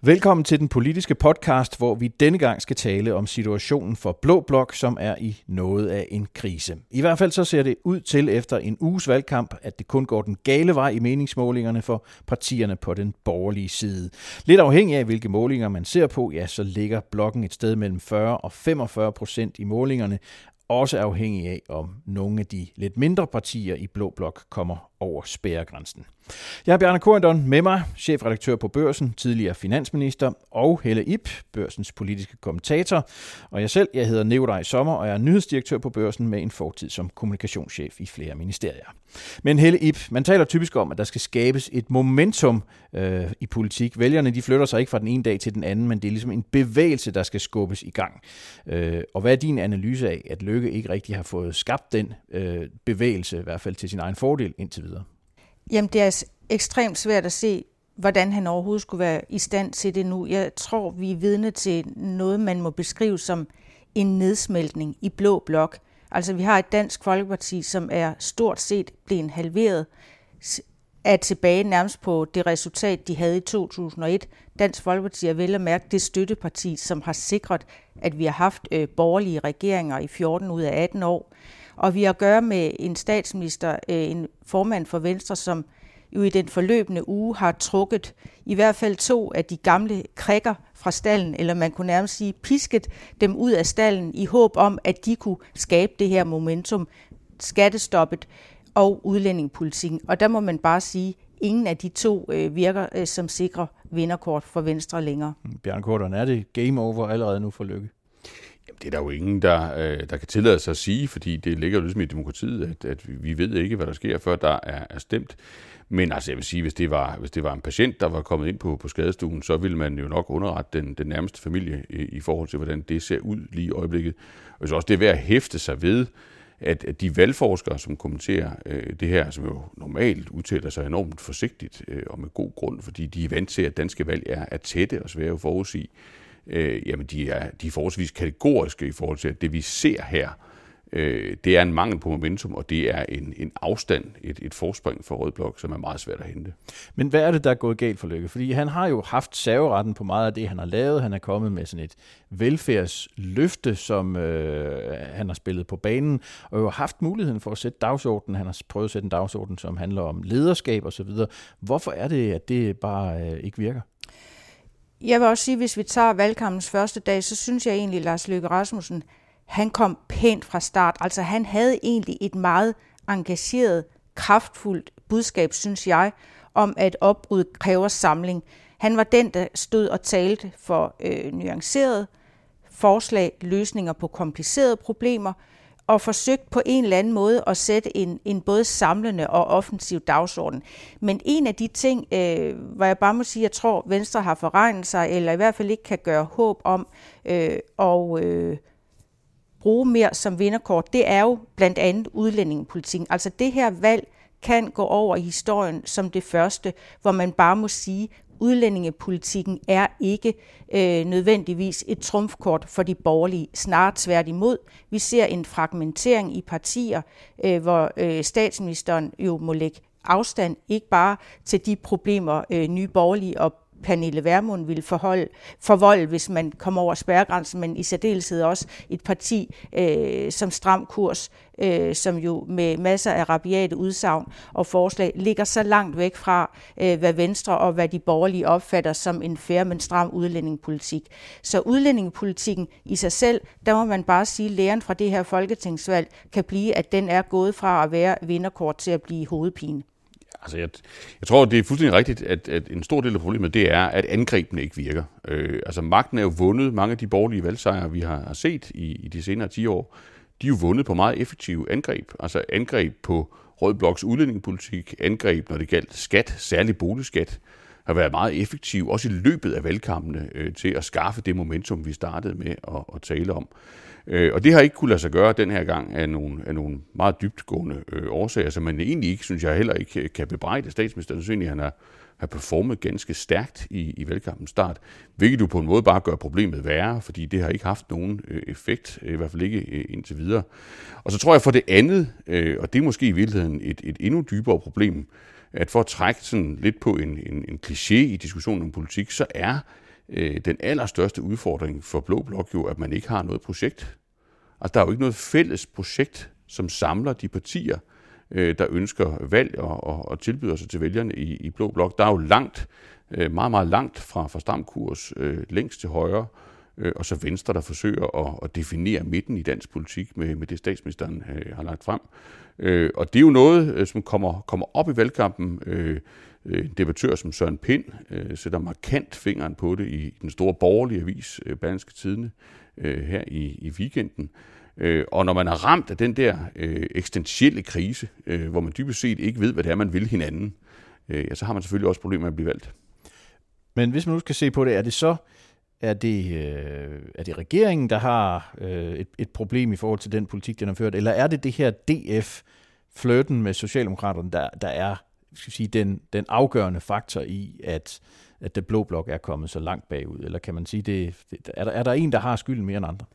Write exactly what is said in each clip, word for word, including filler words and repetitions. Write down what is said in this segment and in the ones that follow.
Velkommen til den politiske podcast, hvor vi denne gang skal tale om situationen for Blå Blok, som er i noget af en krise. I hvert fald så ser det ud til efter en uges valgkamp, at det kun går den gale vej i meningsmålingerne for partierne på den borgerlige side. Lidt afhængig af, hvilke målinger man ser på, ja, så ligger blokken et sted mellem fyrre og femogfyrre procent i målingerne, også afhængig af, om nogle af de lidt mindre partier i Blå Blok kommer over spærregrænsen. Jeg er Bjarne Corydon med mig, chefredaktør på Børsen, tidligere finansminister, og Helle Ib, Børsens politiske kommentator. Og jeg selv, jeg hedder Nikolaj Sommer, og jeg er nyhedsdirektør på Børsen med en fortid som kommunikationschef i flere ministerier. Men Helle Ib, man taler typisk om, at der skal skabes et momentum øh, i politik. Vælgerne de flytter sig ikke fra den ene dag til den anden, men det er ligesom en bevægelse, der skal skubbes i gang. Øh, og hvad er din analyse af, at Løkke ikke rigtig har fået skabt den øh, bevægelse, i hvert fald til sin egen fordel indtil videre? Jamen, det er ekstremt svært at se, hvordan han overhovedet skulle være i stand til det nu. Jeg tror, vi er vidne til noget, man må beskrive som en nedsmeltning i Blå Blok. Altså, vi har et Dansk Folkeparti, som er stort set blevet halveret, er tilbage nærmest på det resultat, de havde i to tusind og et. Dansk Folkeparti er vel at mærke det støtteparti, som har sikret, at vi har haft øh, borgerlige regeringer i fjorten ud af atten år. Og vi har at gøre med en statsminister, øh, en formand for Venstre, som jo i den forløbende uge har trukket i hvert fald to af de gamle krikker fra stallen, eller man kunne nærmest sige pisket dem ud af stallen i håb om, at de kunne skabe det her momentum, skattestoppet og udlændingepolitikken. Og der må man bare sige, at ingen af de to øh, virker øh, som sikre vinderkort for Venstre længere. Bjarne Corydon, er det game over allerede nu for Løkke? Jamen, det er der jo ingen, der, øh, der kan tillade sig at sige, fordi det ligger jo ligesom i demokratiet, at, at vi ved ikke, hvad der sker, før der er, er stemt. Men altså, jeg vil sige, hvis det var, hvis det var en patient, der var kommet ind på, på skadestuen, så ville man jo nok underrette den, den nærmeste familie i, i forhold til, hvordan det ser ud lige i øjeblikket. Og så også det er værd at hæfte sig ved, at, at de valgforskere, som kommenterer øh, det her, som jo normalt udtaler sig enormt forsigtigt øh, og med god grund, fordi de er vant til, at danske valg er, er tætte og svære at forudsige, øh, jamen de er, de er forholdsvis kategoriske i forhold til, at det vi ser her, øh, det er en mangel på momentum, og det er en, en afstand, et, et forspring for Rød Blok, som er meget svært at hente. Men hvad er det, der er gået galt for Løkke? Fordi han har jo haft serveretten på meget af det, han har lavet. Han er kommet med sådan et velfærdsløfte, som øh, han har spillet på banen, og jo haft muligheden for at sætte dagsordenen. Han har prøvet at sætte en dagsorden, som handler om lederskab og så videre. Hvorfor er det, at det bare øh, ikke virker? Jeg vil også sige, hvis vi tager valgkampens første dag, så synes jeg egentlig, at Lars Løkke Rasmussen, han kom pænt fra start. Altså han havde egentlig et meget engageret, kraftfuldt budskab, synes jeg, om at opbrud kræver samling. Han var den, der stod og talte for øh, nuancerede forslag, løsninger på komplicerede problemer, og forsøgt på en eller anden måde at sætte en, en både samlende og offensiv dagsorden. Men en af de ting, øh, hvor jeg bare må sige, at jeg tror, Venstre har forregnet sig, eller i hvert fald ikke kan gøre håb om, øh, og øh, bruge mere som vinderkort, det er jo blandt andet udlændingepolitikken. Altså det her valg kan gå over i historien som det første, hvor man bare må sige, udlændingepolitikken er ikke øh, nødvendigvis et trumfkort for de borgerlige, snarere tværtimod. Vi ser en fragmentering i partier, øh, hvor øh, statsministeren jo må lægge afstand, ikke bare til de problemer, øh, nye borgerlige og Pernille Vermund ville forholde, forvolde, hvis man kommer over spærregrænsen, men i særdeleshed også et parti øh, som Stram Kurs, øh, som jo med masser af rabiate udsagn og forslag ligger så langt væk fra, øh, hvad Venstre og hvad de borgerlige opfatter som en fair, men stram udlændingepolitik. Så udlændingepolitikken i sig selv, der må man bare sige, at læren fra det her folketingsvalg kan blive, at den er gået fra at være vinderkort til at blive hovedpine. Altså, jeg, jeg tror, det er fuldstændig rigtigt, at, at en stor del af problemet, det er, at angrebene ikke virker. Øh, altså, magten er jo vundet. Mange af de borgerlige valgsejre, vi har, har set i, i de senere ti år, de er jo vundet på meget effektive angreb. Altså, angreb på Rød Bloks udlændingepolitik, angreb, når det galt skat, særlig boligskat, har været meget effektiv, også i løbet af valgkampene, øh, til at skaffe det momentum, vi startede med at, at tale om. Øh, og det har ikke kunne lade sig gøre den her gang af nogle, af nogle meget dybtgående øh, årsager, som man egentlig ikke, synes jeg, heller ikke kan bebrejde statsministeren. Jeg synes egentlig, han har, har performet ganske stærkt i, i valgkampens start, hvilket jo på en måde bare gør problemet værre, fordi det har ikke haft nogen øh, effekt, i hvert fald ikke øh, indtil videre. Og så tror jeg for det andet, øh, og det er måske i virkeligheden et, et endnu dybere problem, at for at trække sådan lidt på en, en, en kliché i diskussionen om politik, så er øh, den allerstørste udfordring for Blå Blok jo, at man ikke har noget projekt. Altså, der er jo ikke noget fælles projekt, som samler de partier, øh, der ønsker valg og, og, og tilbyder sig til vælgerne i, i Blå Blok. Der er jo langt, øh, meget, meget langt fra, fra Stram Kurs, øh, længst til højre, øh, og så Venstre, der forsøger at, at definere midten i dansk politik med, med det, statsministeren øh, har lagt frem. Øh, og det er jo noget, øh, som kommer, kommer op i valgkampen. Øh, En debattør som Søren Pind øh, sætter markant fingeren på det i den store borgerlige avis, øh, Berlingske Tidende, øh, her i, i weekenden. Øh, og når man er ramt af den der øh, eksistentielle krise, øh, hvor man dybest set ikke ved, hvad det er, man vil hinanden, øh, ja, så har man selvfølgelig også problemer med at blive valgt. Men hvis man nu skal se på det, er det så er det, øh, er det regeringen, der har øh, et, et problem i forhold til den politik, den har ført, eller er det det her D F-flirten med Socialdemokraterne, der, der er skal sige, den, den afgørende faktor i, at, at det Blå Blok er kommet så langt bagud? Eller kan man sige, det, det, er, der, er der en, der har skylden mere end andre?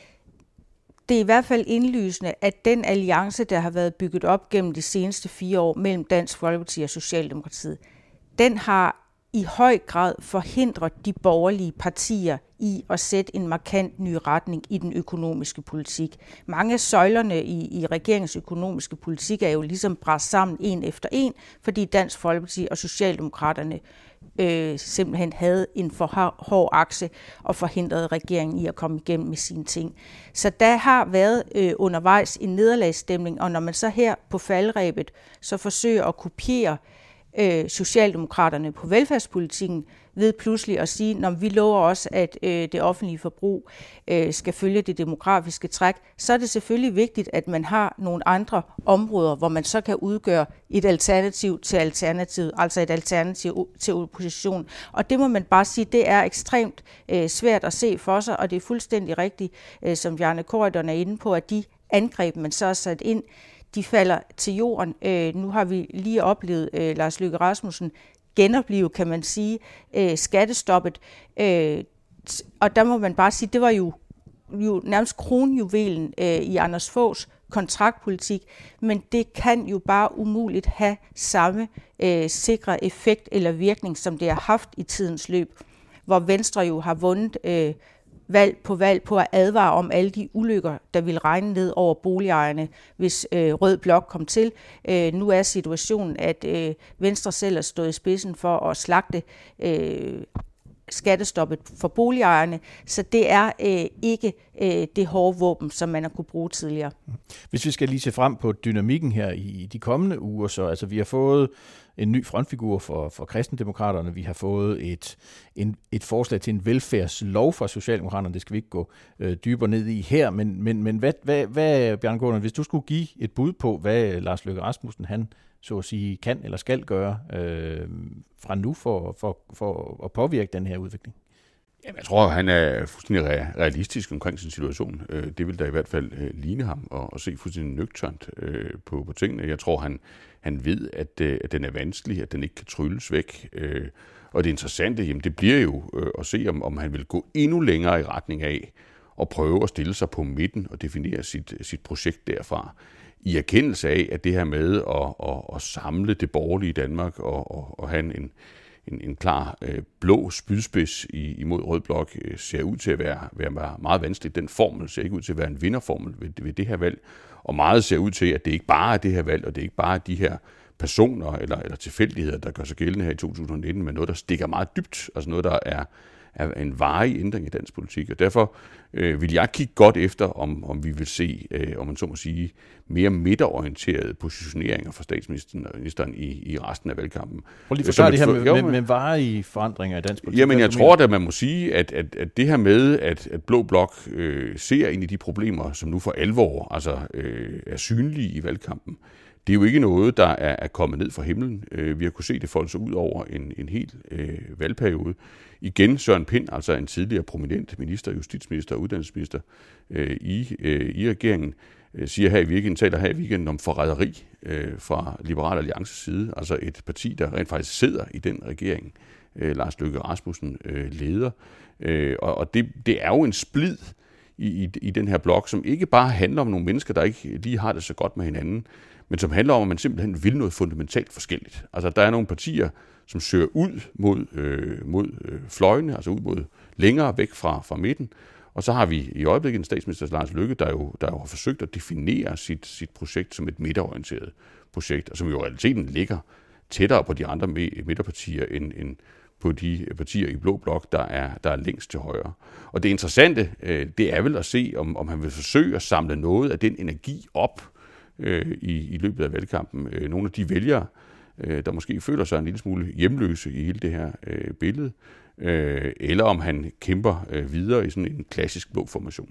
Det er i hvert fald indlysende, at den alliance, der har været bygget op gennem de seneste fire år mellem Dansk Folkeparti og Socialdemokratiet, den har i høj grad forhindret de borgerlige partier i at sætte en markant ny retning i den økonomiske politik. Mange af søjlerne i, i regeringens økonomiske politik er jo ligesom brast sammen en efter en, fordi Dansk Folkeparti og Socialdemokraterne øh, simpelthen havde en for hård akse og forhindrede regeringen i at komme igennem med sine ting. Så der har været øh, undervejs en nederlagsstemning, og når man så her på faldrebet så forsøger at kopiere Øh, Socialdemokraterne på velfærdspolitikken ved pludselig at sige, at vi lover også, at øh, det offentlige forbrug øh, skal følge det demografiske træk, så er det selvfølgelig vigtigt, at man har nogle andre områder, hvor man så kan udgøre et alternativ til alternativet, altså et alternativ til opposition. Og det må man bare sige, det er ekstremt øh, svært at se for sig, og det er fuldstændig rigtigt, øh, som Bjarne Corydon er inde på, at de angreb, man så har sat ind, de falder til jorden. Øh, nu har vi lige oplevet øh, Lars Løkke Rasmussen genopleve, kan man sige, øh, skattestoppet. Øh, og der må man bare sige, det var jo, jo nærmest kronjuvelen øh, i Anders Foghs kontraktpolitik, men det kan jo bare umuligt have samme øh, sikre effekt eller virkning, som det har haft i tidens løb, hvor Venstre jo har vundet øh, valg på valg på at advare om alle de ulykker, der vil regne ned over boligejerne, hvis øh, Rød Blok kom til. Øh, nu er situationen, at øh, Venstre selv er stået i spidsen for at slagte øh, skattestoppet for boligejerne, så det er øh, ikke øh, det hårde våben, som man har kunne bruge tidligere. Hvis vi skal lige se frem på dynamikken her i de kommende uger, så altså vi har fået en ny frontfigur for, for kristendemokraterne, vi har fået et, en, et forslag til en velfærdslov fra Socialdemokraterne, det skal vi ikke gå øh, dybere ned i her, men, men, men hvad, hvad, hvad Bjarne Corydon, hvis du skulle give et bud på, hvad Lars Løkke Rasmussen, han så at sige, kan eller skal gøre øh, fra nu for, for, for at påvirke den her udvikling? Jamen, jeg tror, han er fuldstændig realistisk omkring sin situation. Det vil da i hvert fald ligne ham at se fuldstændig nøgternt på, på tingene. Jeg tror, han, han ved, at, at den er vanskelig, at den ikke kan trylles væk. Og det interessante, jamen, det bliver jo at se, om, om han vil gå endnu længere i retning af og prøve at stille sig på midten og definere sit, sit projekt derfra. I erkendelse af, at det her med at, at, at samle det borgerlige Danmark og, og, og have en En, en klar øh, blå spydspids i, imod Rød Blok øh, ser ud til at være, være meget vanskeligt. Den formel ser ikke ud til at være en vinderformel ved, ved det her valg. Og meget ser ud til, at det ikke bare er det her valg, og det er ikke bare de her personer eller, eller tilfældigheder, der gør sig gældende her i to tusind nitten, men noget, der stikker meget dybt. Altså noget, der er, er en varig ændring i dansk politik. Og derfor øh, vil jeg kigge godt efter, om, om vi vil se, øh, om man så må sige, mere midterorienterede positioneringer fra statsministeren i, i resten af valgkampen. Prøv lige at forklare det her med, med, med varige forandringer i dansk politik. Jamen, jeg tror, at man må sige, at, at, at det her med, at, at Blå Blok øh, ser ind i de problemer, som nu for alvor altså, øh, er synlige i valgkampen, det er jo ikke noget, der er, er kommet ned fra himlen. Øh, vi har kunnet se det folde sig ud over en, en hel øh, valgperiode. Igen Søren Pind, altså en tidligere prominent minister, justitsminister og uddannelsesminister øh, i, øh, i regeringen, øh, siger her i weekenden, taler her i weekenden om forræderi øh, fra Liberal Alliances side, altså et parti, der rent faktisk sidder i den regering, øh, Lars Løkke Rasmussen øh, leder. Øh, og og det, det er jo en splid i, i, i den her blok, som ikke bare handler om nogle mennesker, der ikke lige har det så godt med hinanden, men som handler om, at man simpelthen vil noget fundamentalt forskelligt. Altså, der er nogle partier, som søger ud mod, øh, mod øh, fløjene, altså ud mod længere væk fra, fra midten. Og så har vi i øjeblikket en statsminister, Lars Løkke, der jo, der jo har forsøgt at definere sit, sit projekt som et midterorienteret projekt, og som jo i realiteten ligger tættere på de andre midterpartier end, end på de partier i blå blok, der er, der er længst til højre. Og det interessante, øh, det er vel at se, om, om han vil forsøge at samle noget af den energi op øh, i, i løbet af valgkampen. Øh, nogle af de vælgere, øh, der måske føler sig en lille smule hjemløse i hele det her øh, billede, øh, eller om han kæmper øh, videre i sådan en klassisk blå formation.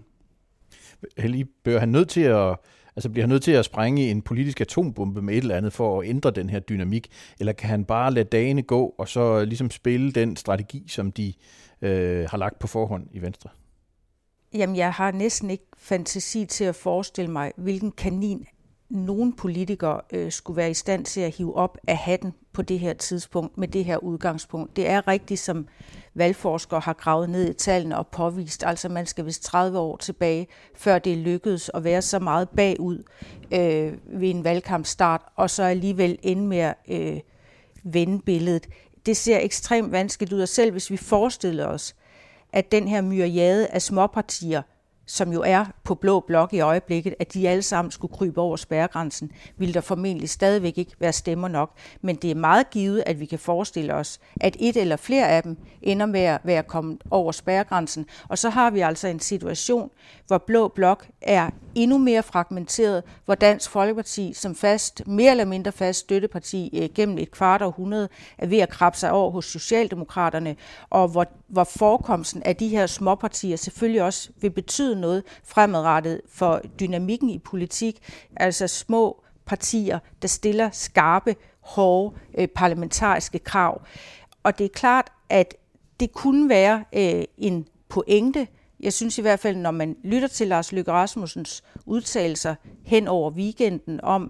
Hellig, bør han nødt til at Altså bliver han nødt til at sprænge en politisk atombombe med et eller andet for at ændre den her dynamik, eller kan han bare lade dagene gå, og så ligesom spille den strategi, som de øh, har lagt på forhånd i Venstre? Jamen, jeg har næsten ikke fantasi til at forestille mig, hvilken kanin nogen politikere øh, skulle være i stand til at hive op af hatten på det her tidspunkt, med det her udgangspunkt. Det er rigtigt, som valgforskere har gravet ned i tallene og påvist. Altså man skal vist tredive år tilbage, før det lykkedes at være så meget bagud øh, ved en valgkampstart, og så alligevel ende med at øh, vende billedet. Det ser ekstremt vanskeligt ud, og selv hvis vi forestiller os, at den her myriade af småpartier, som jo er på blå blok i øjeblikket, at de alle sammen skulle krybe over spærregrænsen, ville der formentlig stadigvæk ikke være stemmer nok. Men det er meget givet, at vi kan forestille os, at et eller flere af dem ender med at være kommet over spærregrænsen. Og så har vi altså en situation, hvor blå blok er endnu mere fragmenteret, hvor Dansk Folkeparti som fast, mere eller mindre fast støtteparti eh, gennem et kvart århundrede er ved at krabbe sig over hos Socialdemokraterne, og hvor, hvor forekomsten af de her småpartier selvfølgelig også vil betyde noget fremadrettet for dynamikken i politik, altså små partier, der stiller skarpe, hårde øh, parlamentariske krav. Og det er klart, at det kunne være øh, en pointe. Jeg synes i hvert fald, når man lytter til Lars Løkke Rasmussens udtalelser hen over weekenden om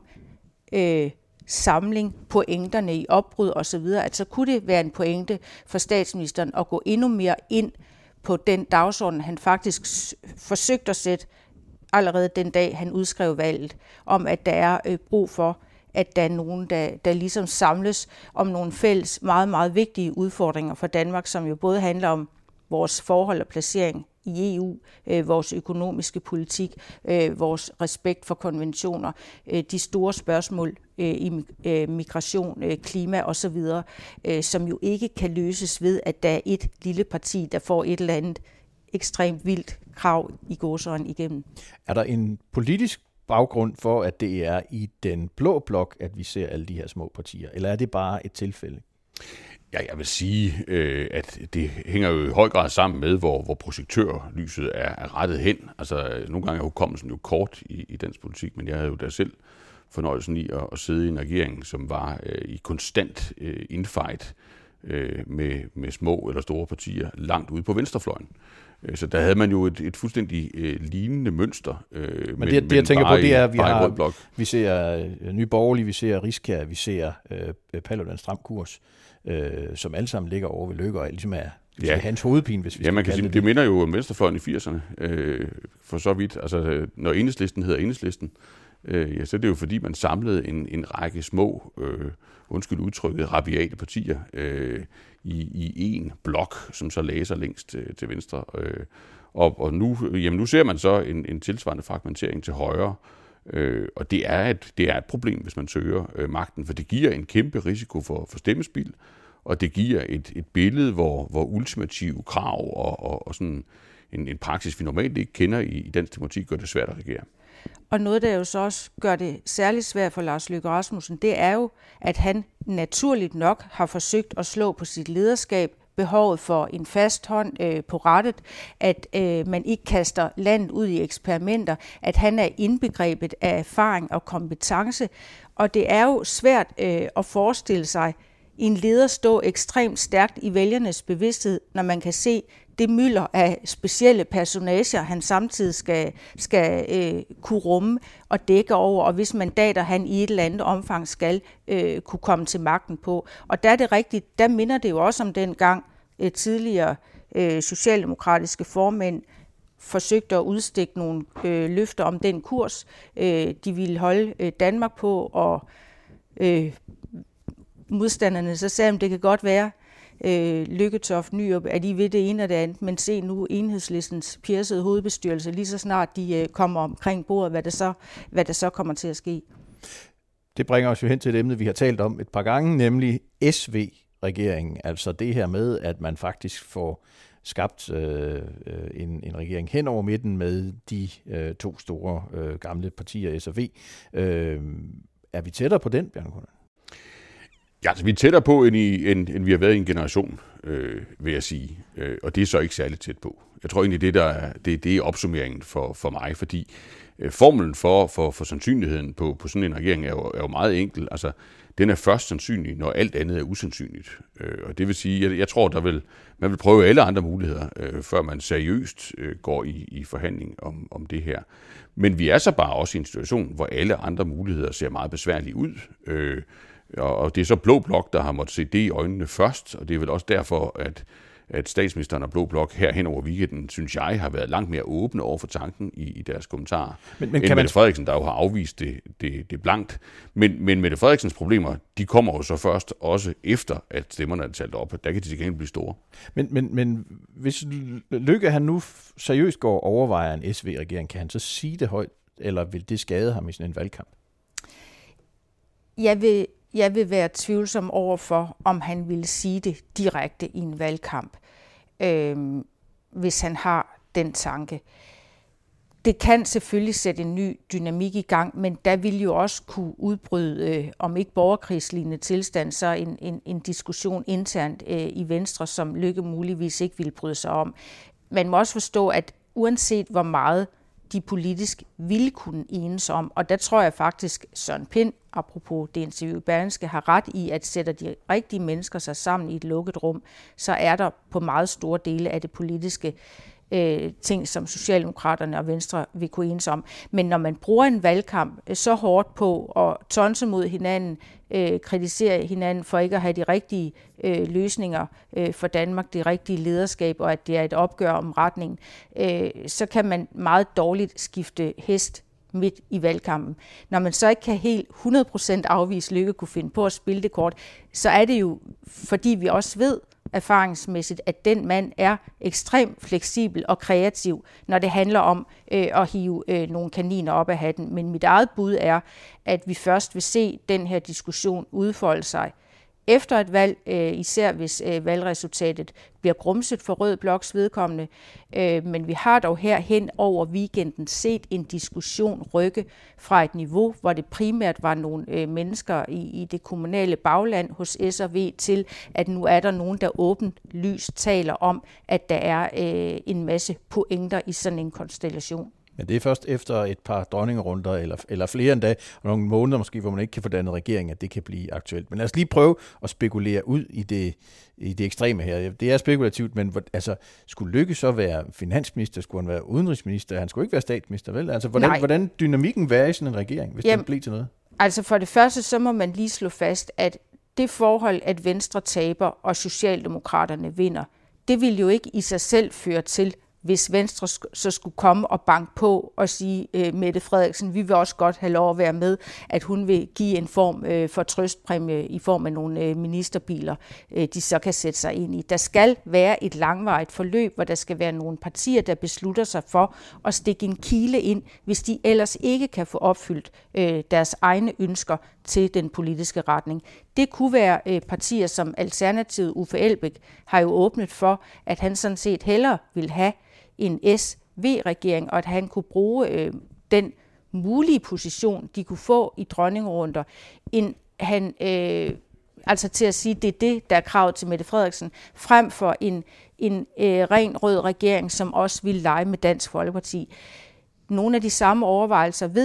øh, samling, pointerne i opbrud osv., at så kunne det være en pointe for statsministeren at gå endnu mere ind på den dagsorden, han faktisk forsøgte at sætte allerede den dag, han udskrev valget, om at der er øh, brug for, at der er nogen, der, der ligesom samles om nogle fælles, meget, meget vigtige udfordringer for Danmark, som jo både handler om vores forhold og placering i E U, øh, vores økonomiske politik, øh, vores respekt for konventioner, øh, de store spørgsmål øh, i øh, migration, øh, klima osv., øh, som jo ikke kan løses ved, at der er et lille parti, der får et eller andet ekstremt vildt krav i gåseøjne igennem. Er der en politisk baggrund for, at det er i den blå blok, at vi ser alle de her små partier, eller er det bare et tilfælde? Ja, jeg vil sige, øh, at det hænger jo i høj grad sammen med, hvor, hvor projektørlyset er, er rettet hen. Altså, nogle gange er hukommelsen jo kort i, i dansk politik, men jeg havde jo da selv fornøjelsen i at, at sidde i en regering, som var øh, i konstant øh, infight øh, med, med små eller store partier langt ude på venstrefløjen. Så der havde man jo et, et fuldstændig øh, lignende mønster. Øh, men, men det, det jeg tænker på, det er, at vi, har, vi ser øh, Nye Borgerlige, vi ser Riskær, vi ser øh, Paludan Stram Kurs, øh, som alle sammen ligger over ved Løkke, og ligesom er ja. hans hovedpine, hvis vi ja, man kan sige, det. det minder jo om venstrefløjen i firserne, øh, for så vidt. Altså, når Enhedslisten hedder Enhedslisten, øh, ja, så er det jo fordi, man samlede en, en række små, øh, undskyld udtrykket, rabiate partier, øh, i, i en blok, som så læser længst til, til venstre. Øh, og og nu, jamen nu ser man så en, en tilsvarende fragmentering til højre, øh, og det er, et, det er et problem, hvis man søger øh, magten, for det giver en kæmpe risiko for, for stemmespil, og det giver et, et billede, hvor, hvor ultimative krav og, og, og sådan en, en praksis, vi normalt ikke kender i, i dansk demokrati, gør det svært at regere. Og noget, der jo så også gør det særligt svært for Lars Løkke Rasmussen, det er jo, at han naturligt nok har forsøgt at slå på sit lederskab, behovet for en fast hånd øh, på rattet, at øh, man ikke kaster landet ud i eksperimenter, at han er indbegrebet af erfaring og kompetence. Og det er jo svært øh, at forestille sig en leder stå ekstremt stærkt i vælgernes bevidsthed, når man kan se det mylder af specielle personager, han samtidig skal, skal øh, kunne rumme og dække over, og hvis mandater han i et eller andet omfang skal øh, kunne komme til magten på. Og der er det rigtigt, der minder det jo også om den gang øh, tidligere øh, socialdemokratiske formænd forsøgte at udstikke nogle øh, løfter om den kurs, øh, de ville holde øh, Danmark på, og øh, modstanderne så sagde, at det kan godt være, øh, Lykketoft, Nyrup, at de ved det ene og det andet, men se nu Enhedslistens piercede hovedbestyrelse, lige så snart de øh, kommer omkring bordet, hvad det, så, hvad det så kommer til at ske. Det bringer os jo hen til et emne, vi har talt om et par gange, nemlig S V-regeringen, altså det her med, at man faktisk får skabt øh, en, en regering hen over midten med de øh, to store øh, gamle partier, S og V. Øh, er vi tættere på den, Bjarne Corydon? Ja, altså vi er tættere på, end, i, end, end vi har været i en generation, øh, vil jeg sige. Øh, og det er så ikke særligt tæt på. Jeg tror egentlig, det, der er, det, det er opsummeringen for, for mig, fordi øh, formelen for, for, for sandsynligheden på, på sådan en regering er jo, er jo meget enkel. Altså, den er først sandsynlig, når alt andet er usandsynligt. Øh, og det vil sige, jeg, jeg tror, der vil, man vil prøve alle andre muligheder, øh, før man seriøst øh, går i, i forhandling om, om det her. Men vi er så bare også i en situation, hvor alle andre muligheder ser meget besværlige ud. Øh, Og det er så Blå Blok, der har måttet se det i øjnene først, og det er vel også derfor, at, at statsministeren og Blå Blok her hen over weekenden, synes jeg, har været langt mere åbne over for tanken i, i deres kommentarer. Men, men end Mette Frederiksen, der jo har afvist det, det, det blankt. Men, men Mette Frederiksens problemer, de kommer jo så først også efter, at stemmerne er talt op. Der kan de til gengæld blive store. Men, men, men hvis Løkke han nu seriøst går og overvejer en S V-regering, kan han så sige det højt, eller vil det skade ham i sådan en valgkamp? Jeg vil Jeg vil være tvivlsom over for, om han ville sige det direkte i en valgkamp, øh, hvis han har den tanke. Det kan selvfølgelig sætte en ny dynamik i gang, men der vil jo også kunne udbryde, øh, om ikke borgerkrigslignende tilstand, så en, en, en diskussion internt øh, i Venstre, som Løkke muligvis ikke ville bryde sig om. Man må også forstå, at uanset hvor meget de politisk ville kunne enes om. Og der tror jeg faktisk, Søren Pind, apropos det interview Berlingske, har ret i, at sætter de rigtige mennesker sig sammen i et lukket rum, så er der på meget store dele af det politiske øh, ting, som Socialdemokraterne og Venstre vil kunne enes om. Men når man bruger en valgkamp øh, så hårdt på at tonse mod hinanden, øh, kritisere hinanden for ikke at have de rigtige øh, løsninger øh, for Danmark, det rigtige lederskab, og at det er et opgør om retningen, øh, så kan man meget dårligt skifte hest midt i valgkampen. Når man så ikke kan helt hundrede procent afvise, Løkke kunne finde på at spille det kort, så er det jo, fordi vi også ved erfaringsmæssigt, at den mand er ekstremt fleksibel og kreativ, når det handler om øh, at hive øh, nogle kaniner op af hatten. Men mit eget bud er, at vi først vil se den her diskussion udfolde sig efter et valg, øh, især hvis øh, valgresultatet bliver grumset for Rød Bloks vedkommende. Øh, men vi har dog her hen over weekenden set en diskussion rykke fra et niveau, hvor det primært var nogle øh, mennesker i, i det kommunale bagland hos S og V, til at nu er der nogen, der åbent lys taler om, at der er øh, en masse pointer i sådan en konstellation. Men det er først efter et par dronningerunder, eller, eller flere endda, og nogle måneder måske, hvor man ikke kan få dannet regering, at det kan blive aktuelt. Men lad os lige prøve at spekulere ud i det, i det ekstreme her. Det er spekulativt, men altså, skulle Løkke så være finansminister? Skulle han være udenrigsminister? Han skulle ikke være statsminister, vel? Altså, hvordan, hvordan dynamikken være i sådan en regering, hvis Jamen, det bliver til noget? Altså for det første, så må man lige slå fast, at det forhold, at Venstre taber og Socialdemokraterne vinder, det vil jo ikke i sig selv føre til, hvis Venstre så skulle komme og banke på og sige, øh, Mette Frederiksen, vi vil også godt have lov at være med, at hun vil give en form øh, for trøstpræmie i form af nogle øh, ministerbiler, øh, de så kan sætte sig ind i. Der skal være et langvarigt forløb, hvor der skal være nogle partier, der beslutter sig for at stikke en kile ind, hvis de ellers ikke kan få opfyldt øh, deres egne ønsker til den politiske retning. Det kunne være øh, partier som Alternativet. Uffe Elbæk har jo åbnet for, at han sådan set hellere vil have en S V-regering, og at han kunne bruge øh, den mulige position, de kunne få i dronningerunder, end han, øh, altså til at sige, det er det, der er kravet til Mette Frederiksen, frem for en, en øh, ren rød regering, som også vil lege med Dansk Folkeparti. Nogle af de samme overvejelser ved vi jo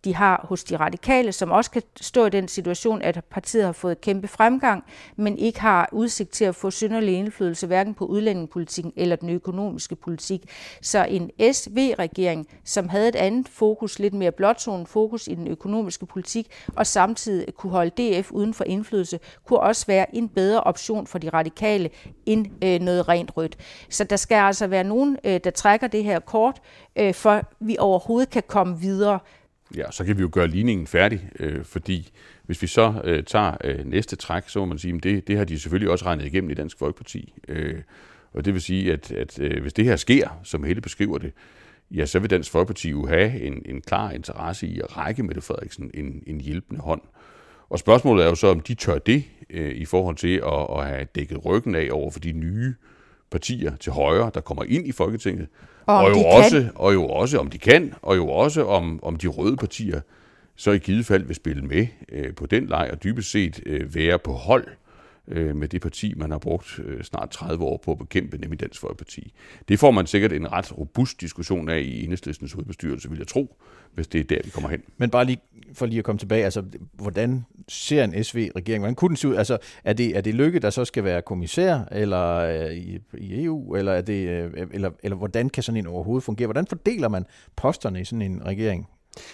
de har hos de radikale, som også kan stå i den situation, at partiet har fået kæmpe fremgang, men ikke har udsigt til at få synderlig indflydelse hverken på udlændingepolitikken eller den økonomiske politik. Så en S V-regering, som havde et andet fokus, lidt mere blåtonet fokus i den økonomiske politik, og samtidig kunne holde D F uden for indflydelse, kunne også være en bedre option for de radikale end øh, noget rent rødt. Så der skal altså være nogen, øh, der trækker det her kort, øh, for vi overhovedet kan komme videre. Ja, så kan vi jo gøre ligningen færdig, øh, fordi hvis vi så øh, tager øh, næste træk, så må man sige, at det, det har de selvfølgelig også regnet igennem i Dansk Folkeparti. Øh, og det vil sige, at, at øh, hvis det her sker, som Helle beskriver det, ja, så vil Dansk Folkeparti jo have en, en klar interesse i at række Mette Frederiksen en, en hjælpende hånd. Og spørgsmålet er jo så, om de tør det øh, i forhold til at, at have dækket ryggen af over for de nye partier til højre, der kommer ind i Folketinget. Og, og, jo også, og jo også, om de kan, og jo også, om, om de røde partier så i givet fald vil spille med øh, på den leg, og dybest set øh, være på hold øh, med det parti, man har brugt øh, snart tredive år på at bekæmpe, nemlig Dansk Folkeparti. Det får man sikkert en ret robust diskussion af i Enhedslistens hovedbestyrelse, vil jeg tro, hvis det er der, vi kommer hen. Men bare lige for lige at komme tilbage, altså hvordan ser en S V-regering, hvordan kunne den se ud? Altså er det, er det Løkke, der så skal være kommissær, eller øh, i, i E U, eller, er det, øh, eller, eller hvordan kan sådan en overhovedet fungere? Hvordan fordeler man posterne i sådan en regering?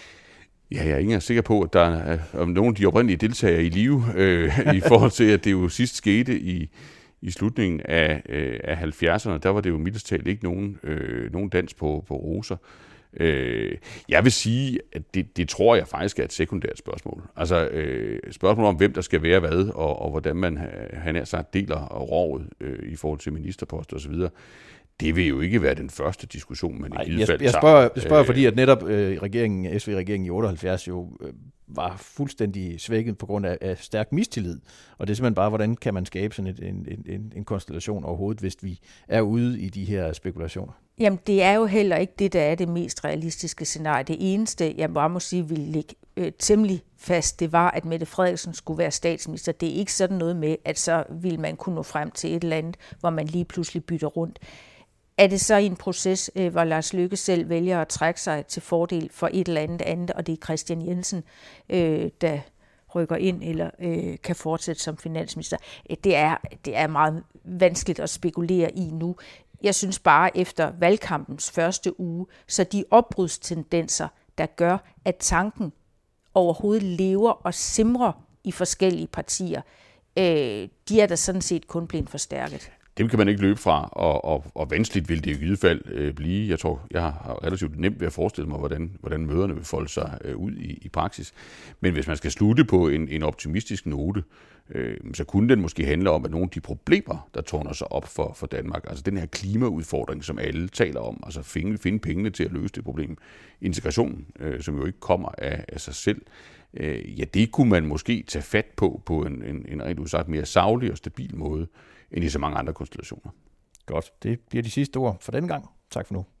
Ja, jeg er ikke engang sikker på, at der er om nogle af de oprindelige deltagere i live, øh, i forhold til, at det jo sidst skete i, i slutningen af, øh, af halvfjerdserne. Der var det jo mildest talt ikke nogen, øh, nogen dans på, på roser. Øh, jeg vil sige, at det, det tror jeg faktisk er et sekundært spørgsmål. Altså øh, spørgsmål om, hvem der skal være hvad, og, og hvordan man han er sagt deler rovet øh, i forhold til ministerposter osv., det vil jo ikke være den første diskussion, man i givet fald tager. Jeg spørger, jeg spørger fordi at netop øh, regeringen, S V-regeringen i otteoghalvfjerds jo øh, var fuldstændig svækket på grund af, af stærk mistillid. Og det er simpelthen bare, hvordan kan man skabe sådan et, en, en, en konstellation overhovedet, hvis vi er ude i de her spekulationer? Jamen, det er jo heller ikke det, der er det mest realistiske scenarie. Det eneste, jeg bare må sige, ville ligge øh, temmelig fast, det var, at Mette Frederiksen skulle være statsminister. Det er ikke sådan noget med, at så ville man kunne nå frem til et eller andet, hvor man lige pludselig bytter rundt. Er det så i en proces, øh, hvor Lars Løkke selv vælger at trække sig til fordel for et eller andet andet, og det er Kristian Jensen, øh, der rykker ind eller øh, kan fortsætte som finansminister? Det er, det er meget vanskeligt at spekulere i nu. Jeg synes bare, efter valgkampens første uge, så de opbrudstendenser, der gør, at tanken overhovedet lever og simrer i forskellige partier, øh, de er da sådan set kun blevet forstærket. Dem kan man ikke løbe fra, og, og, og vanskeligt vil det i givet fald øh, blive. Jeg tror, jeg har relativt nemt ved at forestille mig, hvordan, hvordan møderne vil folde sig øh, ud i, i praksis. Men hvis man skal slutte på en, en optimistisk note, øh, så kunne den måske handle om, at nogle af de problemer, der tårner sig op for, for Danmark, altså den her klimaudfordring, som alle taler om, altså finde, finde pengene til at løse det problem, integration, øh, som jo ikke kommer af, af sig selv, øh, ja, det kunne man måske tage fat på, på en, en, en rent udsagt mere saglig og stabil måde, end i så mange andre konstellationer. Godt, det bliver de sidste ord for denne gang. Tak for nu.